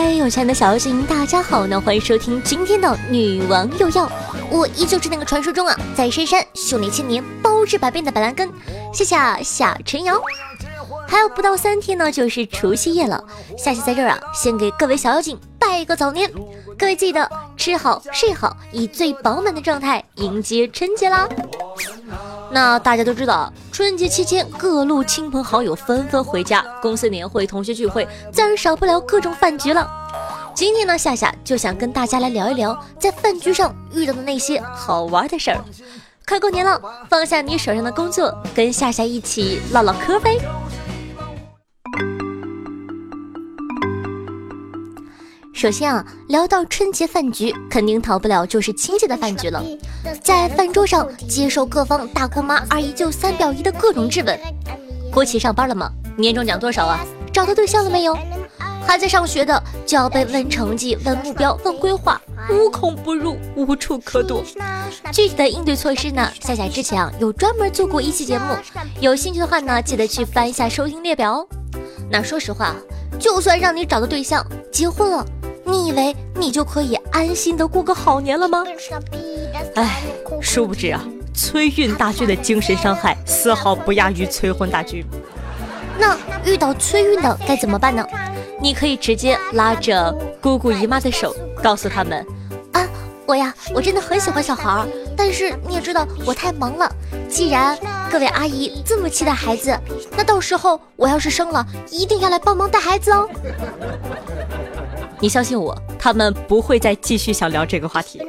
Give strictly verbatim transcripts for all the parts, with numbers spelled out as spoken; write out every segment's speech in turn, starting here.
嗨，我亲爱的小妖精，大家好呢，欢迎收听今天的女王又要。我依旧是那个传说中啊，在深山修炼千年，包治百病的板蓝根。谢谢夏晨瑶。还有不到三天呢，就是除夕夜了。夏夏在这儿啊，先给各位小妖精拜个早年。各位记得吃好睡好，以最饱满的状态迎接春节啦。那大家都知道，春节期间各路亲朋好友纷纷回家，公司年会、同学聚会，自然少不了各种饭局了。今天呢，夏夏就想跟大家来聊一聊在饭局上遇到的那些好玩的事儿。快过年了，放下你手上的工作，跟夏夏一起唠唠嗑呗。首先啊，聊到春节饭局，肯定逃不了就是亲戚的饭局了。在饭桌上接受各方大姑妈、二姨舅、三表姨的各种质问：国企上班了吗？年终奖多少啊？找到对象了没有？还在上学的就要被问成绩、问目标、问规划，无孔不入，无处可躲。具体的应对措施呢，夏夏之前啊有专门做过一期节目，有兴趣的话呢，记得去翻一下收听列表。那说实话，就算让你找到对象，结婚了，你以为你就可以安心的过个好年了吗？哎，殊不知啊，催孕大军的精神伤害丝毫不亚于催婚大军。那遇到催孕的该怎么办呢？你可以直接拉着姑姑姨妈的手，告诉他们啊，我呀，我真的很喜欢小孩，但是你也知道我太忙了。既然各位阿姨这么期待孩子，那到时候我要是生了，一定要来帮忙带孩子哦。你相信我，他们不会再继续想聊这个话题。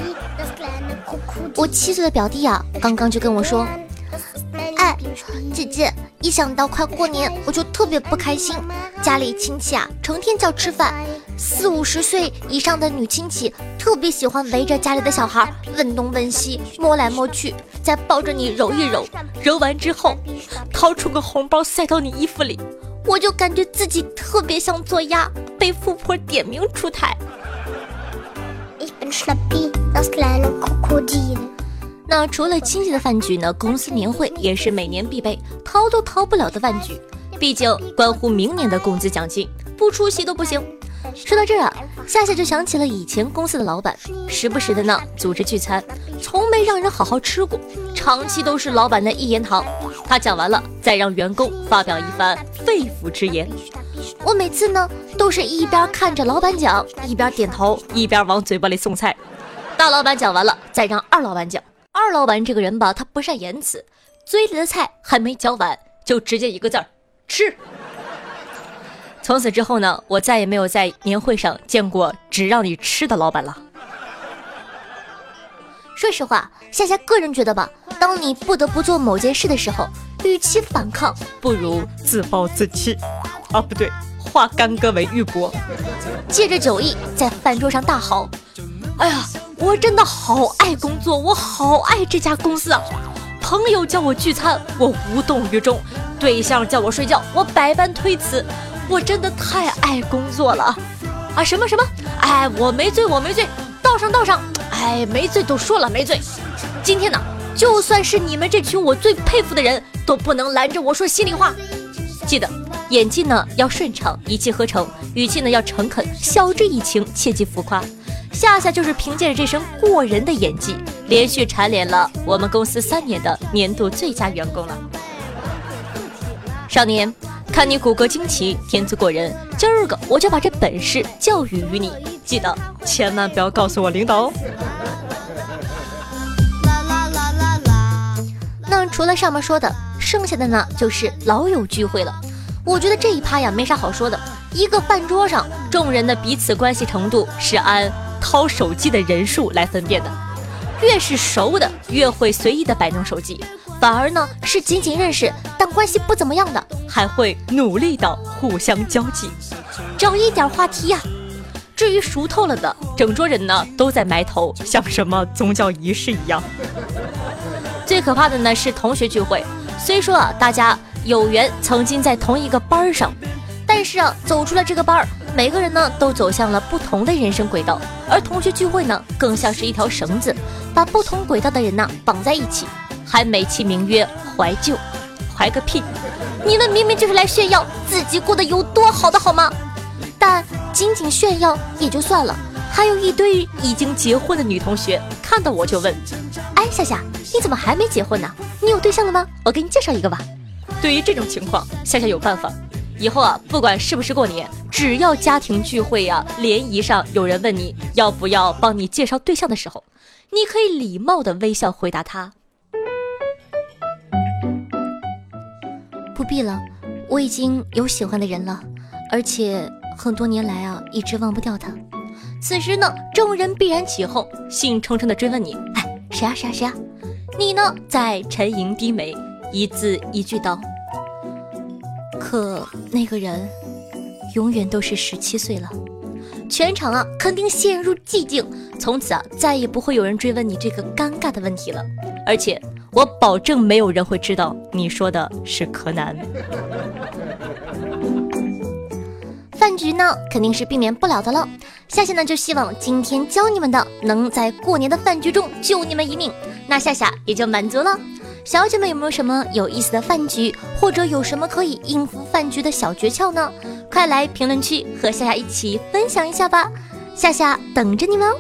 我七岁的表弟啊，刚刚就跟我说，哎，姐姐，一想到快过年，我就特别不开心。家里亲戚啊，成天叫吃饭，四五十岁以上的女亲戚特别喜欢围着家里的小孩问东问西，摸来摸去，再抱着你揉一揉，揉完之后掏出个红包塞到你衣服里，我就感觉自己特别像做鸭，被富婆点名出台。那除了亲戚的饭局呢，公司年会也是每年必备，逃都逃不了的饭局，毕竟关乎明年的工资奖金，不出席都不行。说到这儿啊，夏夏就想起了以前公司的老板，时不时的呢组织聚餐，从没让人好好吃过，长期都是老板的一言堂，他讲完了再让员工发表一番肺腑之言。我每次呢都是一边看着老板讲，一边点头，一边往嘴巴里送菜。大老板讲完了，再让二老板讲。二老板这个人吧，他不善言辞，嘴里的菜还没嚼完，就直接一个字儿吃。从此之后呢，我再也没有在年会上见过只让你吃的老板了。说实话，夏夏个人觉得吧，当你不得不做某件事的时候，与其反抗，不如自暴自弃。啊，不对，化干戈为玉帛。借着酒意，在饭桌上大嚎：哎呀，我真的好爱工作，我好爱这家公司啊！朋友叫我聚餐，我无动于衷；对象叫我睡觉，我百般推辞。我真的太爱工作了啊！什么什么？哎，我没醉，我没醉，道上道上，哎，没醉都说了没醉。今天呢，就算是你们这群我最佩服的人，都不能拦着我说心里话。记得演技呢要顺畅，一气呵成；语气呢要诚恳，晓之以情，切忌浮夸。夏夏就是凭借着这身过人的演技，连续蝉联了我们公司三年的年度最佳员工了。少年，看你骨骼惊奇，天资过人，今儿个我就把这本事教育于你，记得千万不要告诉我领导哦。那除了上面说的，剩下的呢就是老友聚会了。我觉得这一趴呀没啥好说的，一个饭桌上众人的彼此关系程度是按掏手机的人数来分辨的，越是熟的越会随意的摆弄手机，反而呢是仅仅认识但关系不怎么样的，还会努力的互相交际，找一点话题呀、啊。至于熟透了的，整桌人呢都在埋头，像什么宗教仪式一样。最可怕的呢是同学聚会，虽说啊大家有缘曾经在同一个班上，但是啊走出了这个班，每个人呢都走向了不同的人生轨道，而同学聚会呢更像是一条绳子，把不同轨道的人呢绑在一起，还美其名曰怀旧。怀个屁！你们明明就是来炫耀自己过得有多好的好吗？但仅仅炫耀也就算了，还有一堆已经结婚的女同学看到我就问，哎，夏夏，你怎么还没结婚呢？你有对象了吗？我给你介绍一个吧。对于这种情况，夏夏有办法。以后啊，不管是不是过年，只要家庭聚会呀、啊、联谊上有人问你要不要帮你介绍对象的时候，你可以礼貌的微笑回答他，不必了，我已经有喜欢的人了，而且很多年来啊一直忘不掉他。此时呢，众人必然起哄，兴冲冲的追问你，哎，谁啊谁啊谁啊？你呢，在沉吟低眉，一字一句道，可那个人永远都是十七岁了。全场啊肯定陷入寂静，从此啊再也不会有人追问你这个尴尬的问题了，而且我保证没有人会知道你说的是柯南。饭局呢肯定是避免不了的了，夏夏呢就希望今天教你们的能在过年的饭局中救你们一命，那夏夏也就满足了。小姐们有没有什么有意思的饭局，或者有什么可以应付饭局的小诀窍呢？快来评论区和夏夏一起分享一下吧，夏夏等着你们哦。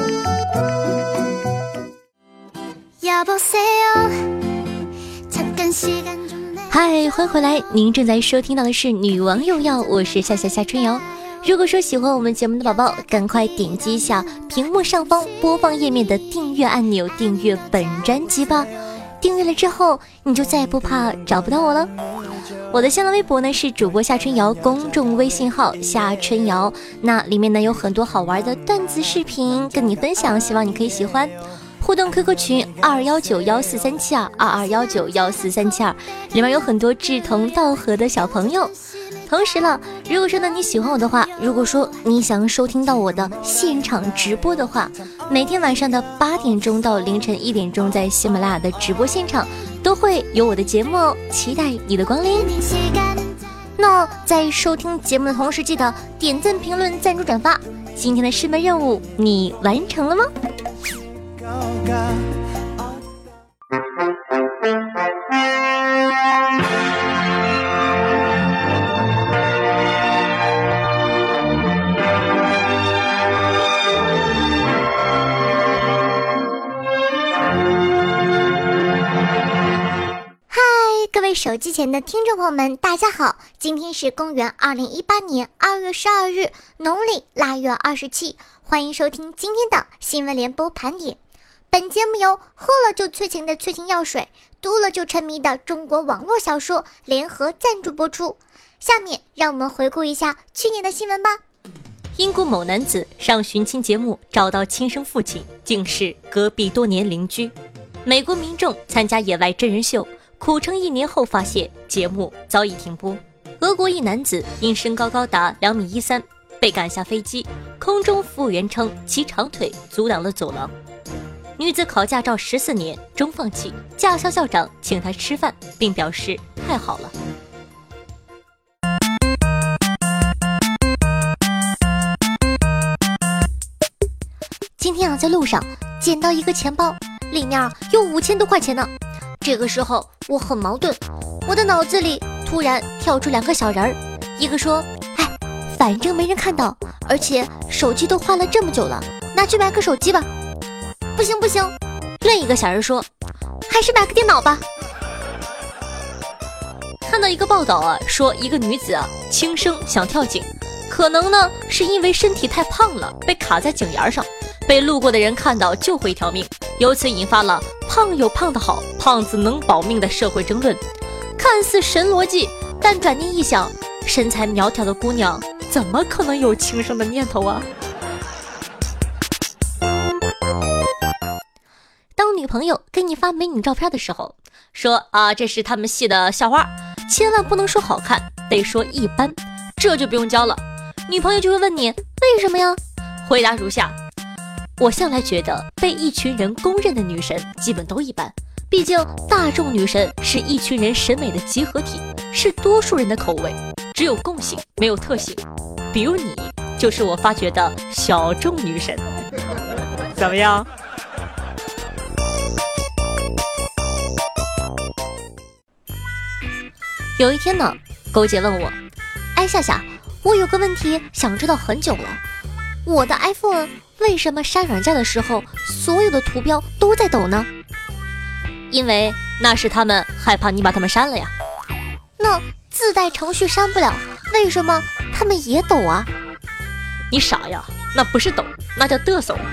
嗨，欢迎回来，您正在收听到的是女王有药，我是夏夏夏春瑶。如果说喜欢我们节目的宝宝，赶快点击一下屏幕上方播放页面的订阅按钮，订阅本专辑吧。订阅了之后，你就再也不怕找不到我了。我的新浪微博呢是主播夏春瑶，公众微信号夏春瑶，那里面呢有很多好玩的段子视频跟你分享，希望你可以喜欢。互动 Q Q 群二二幺九幺四三七二二二幺九幺四三七二，里面有很多志同道合的小朋友。同时了，如果说呢你喜欢我的话，如果说你想收听到我的现场直播的话，每天晚上的八点钟到凌晨一点钟，在喜马拉雅的直播现场都会有我的节目哦，期待你的光临。那在收听节目的同时，记得点赞、评论、赞助、转发。今天的师门任务你完成了吗？各位手机前的听众朋友们，大家好！今天是公元二零一八年二月十二日，农历腊月二十七，欢迎收听今天的新闻联播盘点。本节目由喝了就催情的催情药水，读了就沉迷的中国网络小说联合赞助播出。下面让我们回顾一下去年的新闻吧。英国某男子上寻亲节目找到亲生父亲，竟是隔壁多年邻居。美国民众参加野外真人秀，苦撑一年后发现节目早已停播。俄国一男子因身高高达两米一三，被赶下飞机，空中服务员称其长腿阻挡了走廊。女子考驾照十四年终放弃，驾校校长请她吃饭，并表示太好了。今天啊，在路上捡到一个钱包，里面有五千多块钱呢。这个时候我很矛盾，我的脑子里突然跳出两个小人儿，一个说，哎，反正没人看到，而且手机都换了这么久了，拿去买个手机吧。不行不行，另一个小人说，还是买个电脑吧。看到一个报道啊，说一个女子啊轻生想跳井，可能呢是因为身体太胖了，被卡在井沿上，被路过的人看到救回一条命，由此引发了胖有胖的好，胖子能保命的社会争论。看似神逻辑，但转念一想，身材苗条的姑娘怎么可能有轻生的念头啊？当女朋友给你发美女照片的时候，说啊这是他们系的校花，千万不能说好看，得说一般，这就不用教了。女朋友就会问你为什么呀？回答如下：我向来觉得被一群人公认的女神基本都一般，毕竟大众女神是一群人审美的集合体，是多数人的口味，只有共性没有特性。比如你就是我发掘的小众女神，怎么样？有一天呢，狗姐问我，哎夏夏， 我有个问题想知道很久了，我的 iPhone 为什么删软件的时候所有的图标都在抖呢？ 因为那是他们害怕你把它们删了呀。 那自带程序删不了，为什么他们也抖啊？ 你傻呀，那不是抖，那叫嘚瑟。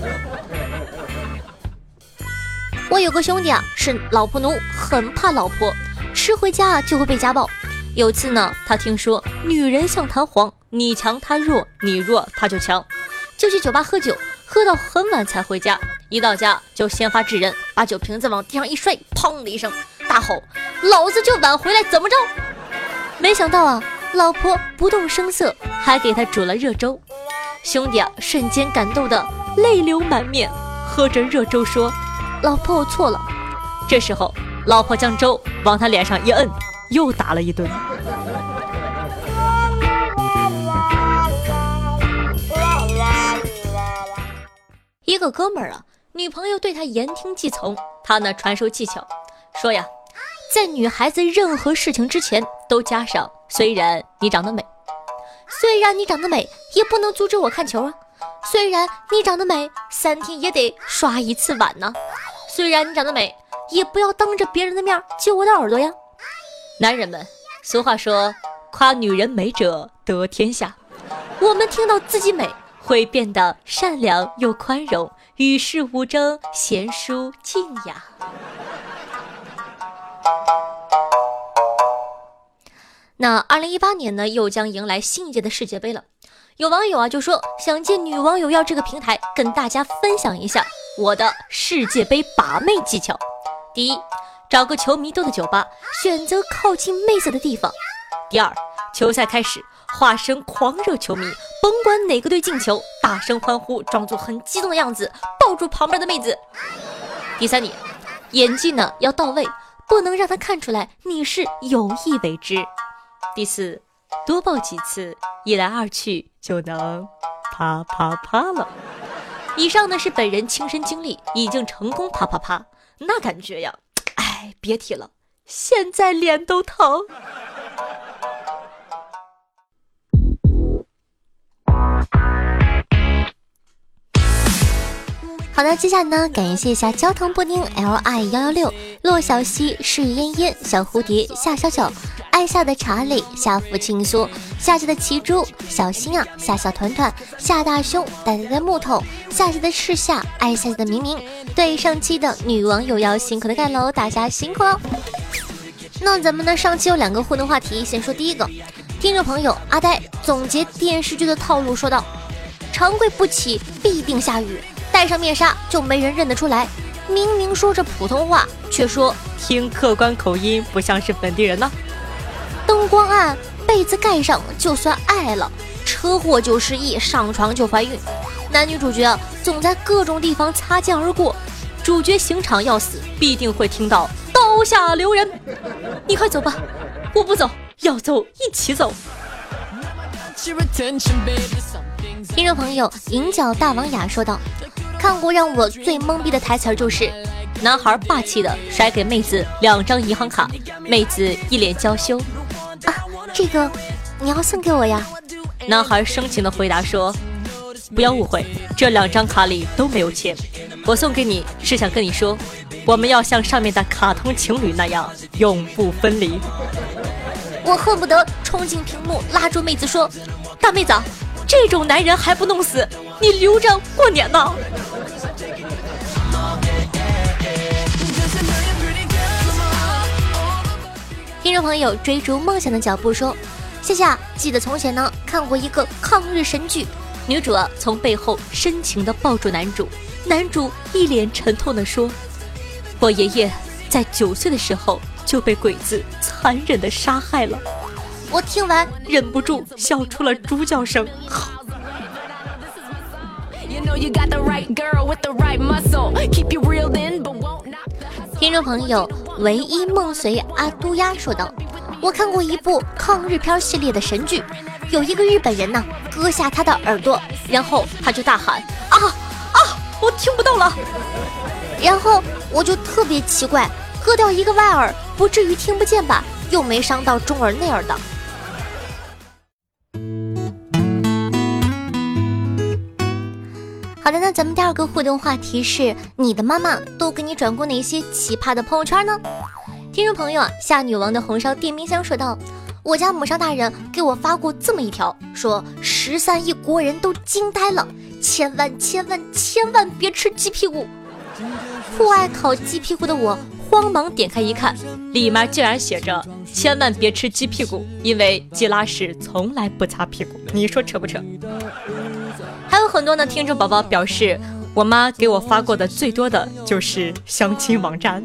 我有个兄弟啊，是老婆奴，很怕老婆，吃回家就会被家暴。有次呢，他听说女人像弹簧，你强他弱，你弱他就强，就去酒吧喝酒，喝到很晚才回家。一到家就先发制人，把酒瓶子往地上一摔，砰的一声，大吼：“老子就晚回来，怎么着？”没想到啊，老婆不动声色，还给他煮了热粥。兄弟啊，瞬间感动的泪流满面，喝着热粥说：“老婆，我错了。” 这时候，老婆将粥往他脸上一摁，又打了一顿。 一个哥们儿啊，女朋友对他言听计从，他呢传授技巧，说呀，在女孩子任何事情之前都加上虽然你长得美，虽然你长得美，也不能阻止我看球啊。虽然你长得美，三天也得刷一次碗呢。虽然你长得美，也不要当着别人的面揪我的耳朵呀。 男人们，俗话说，夸女人美者得天下。 我们听到自己美， 会变得善良又宽容，与世无争，贤淑静雅。 那二零一八年呢，又将迎来新一届的世界杯了。有网友啊就说，想借女网友要这个平台跟大家分享一下我的世界杯把妹技巧。第一，找个球迷多的酒吧，选择靠近妹子的地方。 第二，球赛开始，化身狂热球迷， 甭管哪个队进球，大声欢呼，装作很激动的样子，抱住旁边的妹子。第三点，演技呢要到位，不能让他看出来你是有意为之。 第四，多抱几次，一来二去就能啪啪啪了。 以上呢是本人亲身经历，已经成功啪啪啪，那感觉呀，哎，别提了，现在脸都疼。好的，接下来呢，感谢一下焦糖布丁 L I 一一六、洛小西、是烟烟、小蝴蝶、夏小小、爱夏的查理、夏福青苏、夏夏的奇珠、小新啊、夏小团团、夏大兄、呆呆的木头、夏夏的赤夏、爱夏夏的明明。对上期的女网友要辛苦的盖楼，大家辛苦了。那咱们呢，上期有两个互动话题，先说第一个，听众朋友阿呆总结电视剧的套路说道：长贵不起，必定下雨。戴上面纱就没人认得出来，明明说着普通话，却说听客观口音不像是本地人呢。 灯光暗，被子盖上就算爱了，车祸就失忆，上床就怀孕。男女主角总在各种地方擦肩而过，主角刑场要死，必定会听到刀下留人。你快走吧，我不走，要走一起走。听众朋友银角大王雅说道，看过让我最懵逼的台词就是男孩霸气的甩给妹子两张银行卡，妹子一脸娇羞啊，这个你要送给我呀。 男孩深情的回答说，不要误会，这两张卡里都没有钱，我送给你是想跟你说，我们要像上面的卡通情侣那样永不分离。 我恨不得冲进屏幕拉住妹子说，大妹子，这种男人还不弄死，你留着过年呢。听众朋友追逐梦想的脚步说，夏夏记得从前呢看过一个抗日神剧，女主啊从背后深情地抱住男主，男主一脸沉痛地说，我爷爷在九岁的时候就被鬼子残忍地杀害了。我听完忍不住笑出了猪叫声。听众朋友唯一梦随阿都鸭说道，我看过一部抗日片系列的神剧，有一个日本人呢割下他的耳朵，然后他就大喊啊啊，我听不到了。然后我就特别奇怪，割掉一个外耳不至于听不见吧，又没伤到中耳内耳的。 好的，那咱们第二个互动话题是，你的妈妈都给你转过哪些奇葩的朋友圈呢？听众朋友啊，夏女王的红烧电冰箱说道，我家母上大人给我发过这么一条，说十三亿国人都惊呆了，千万千万千万别吃鸡屁股。酷爱烤鸡屁股的我慌忙点开一看， 里面竟然写着千万别吃鸡屁股，因为鸡拉屎从来不擦屁股。你说扯不扯？还有很多的听众宝宝表示，我妈给我发过的最多的就是相亲网站。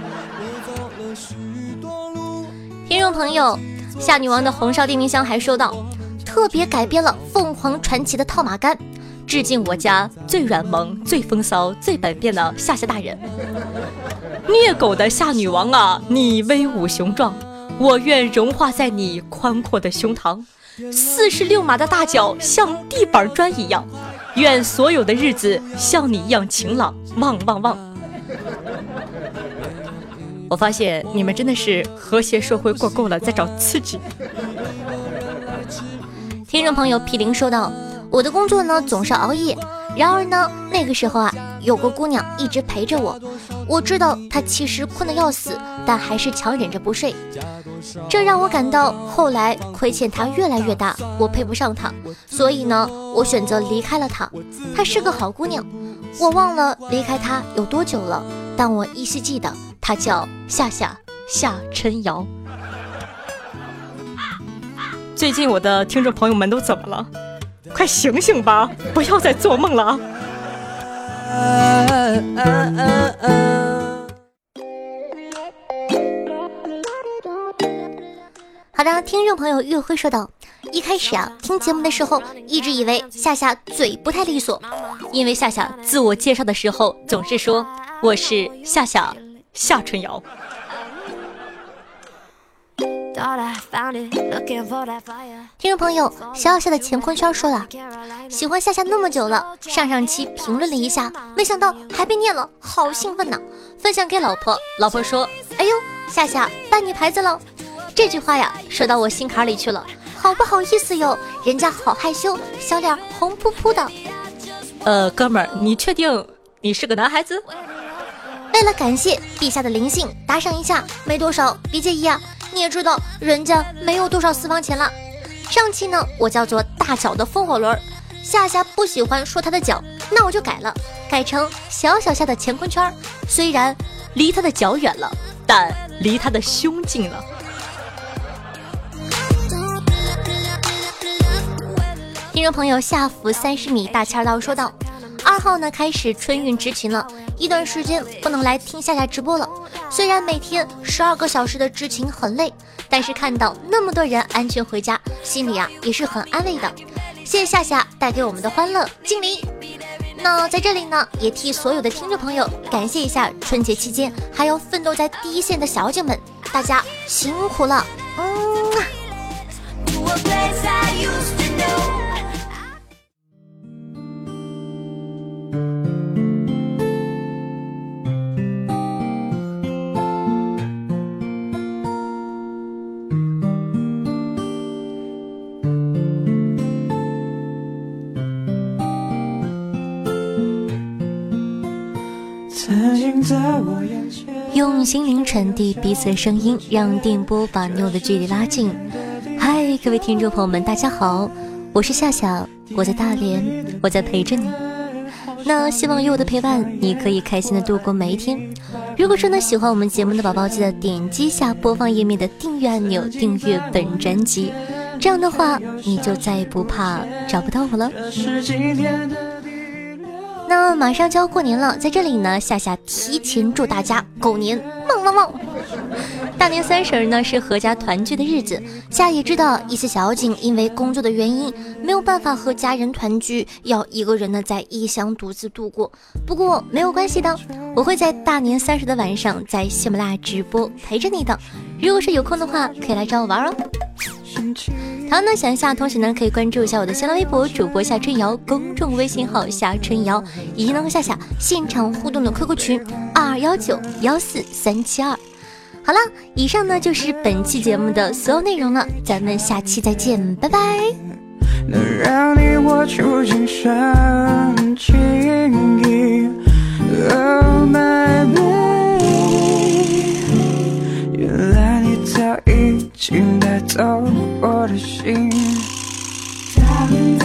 听众朋友，夏女王的红烧电冰箱还说道，特别改编了凤凰传奇的套马杆，致敬我家最软萌最风骚最本变的夏夏大人。 虐狗的夏女王啊，你威武雄壮，我愿融化在你宽阔的胸膛，四十六码的大脚像地板砖一样，愿所有的日子像你一样晴朗，旺旺旺。我发现你们真的是和谐社会过够了，在找刺激。 听众朋友皮林说道，我的工作呢总是熬夜，然而呢那个时候啊有个姑娘一直陪着我，我知道她其实困得要死，但还是强忍着不睡，这让我感到后来亏欠她越来越大，我配不上她，所以呢我选择离开了她。她是个好姑娘，我忘了离开她有多久了，但我依稀记得她叫夏夏夏春瑶。 最近我的听众朋友们都怎么了？快醒醒吧，不要再做梦了啊！ 好的，听众朋友月辉说道，一开始啊听节目的时候一直以为夏夏嘴不太利索， 因为夏夏自我介绍的时候总是说我是夏夏夏春瑶。 听众朋友小小的乾坤圈说了，喜欢夏夏那么久了，上上期评论了一下，没想到还被念了，好兴奋呐！分享给老婆，老婆说，哎呦夏夏办你牌子了。这句话呀说到我心坎里去了，好不好意思哟，人家好害羞，小脸红扑扑的。 呃哥们儿，你确定你是个男孩子？ 为了感谢陛下的灵性，打赏一下，没多少别介意啊，你也知道人家没有多少私房钱了。上期呢我叫做大脚的风火轮，夏夏不喜欢说他的脚，那我就改了，改成小小夏的乾坤圈，虽然离他的脚远了，但离他的胸近了。 听众朋友下浮三十米大千道说道，二号呢开始春运执勤了，一段时间不能来听夏夏直播了，虽然每天十二个小时的执勤很累，但是看到那么多人安全回家，心里啊也是很安慰的。谢谢夏夏带给我们的欢乐，敬礼。那在这里呢也替所有的听众朋友感谢一下春节期间还有奋斗在第一线的小姐们，大家辛苦了。嗯啊用心灵传递彼此的声音，让电波把你我的距离拉近。嗨，各位听众朋友们大家好，我是夏夏，我在大连，我在陪着你。那希望有我的陪伴，你可以开心的度过每一天。如果说呢喜欢我们节目的宝宝，记得点击下播放页面的订阅按钮，订阅本专辑，这样的话你就再也不怕找不到我了。那马上就要过年了，在这里呢夏夏提前祝大家狗年旺旺旺。大年三十呢是阖家团聚的日子，夏也知道一些小景因为工作的原因没有办法和家人团聚，要一个人呢在异乡独自度过，不过没有关系的，我会在大年三十的晚上在喜马拉雅直播陪着你的，如果是有空的话可以来找我玩哦。好，那想下同学呢可以关注一下我的新浪微博主播夏春瑶，公众微信号夏春瑶，以及能和夏夏现场互动的 Q Q 群二二幺九幺四三七二。好了，以上呢就是本期节目的所有内容了，咱们下期再见，拜拜。 能让你握住今生情谊。 Oh my baby， 原来你早已经带走我的心。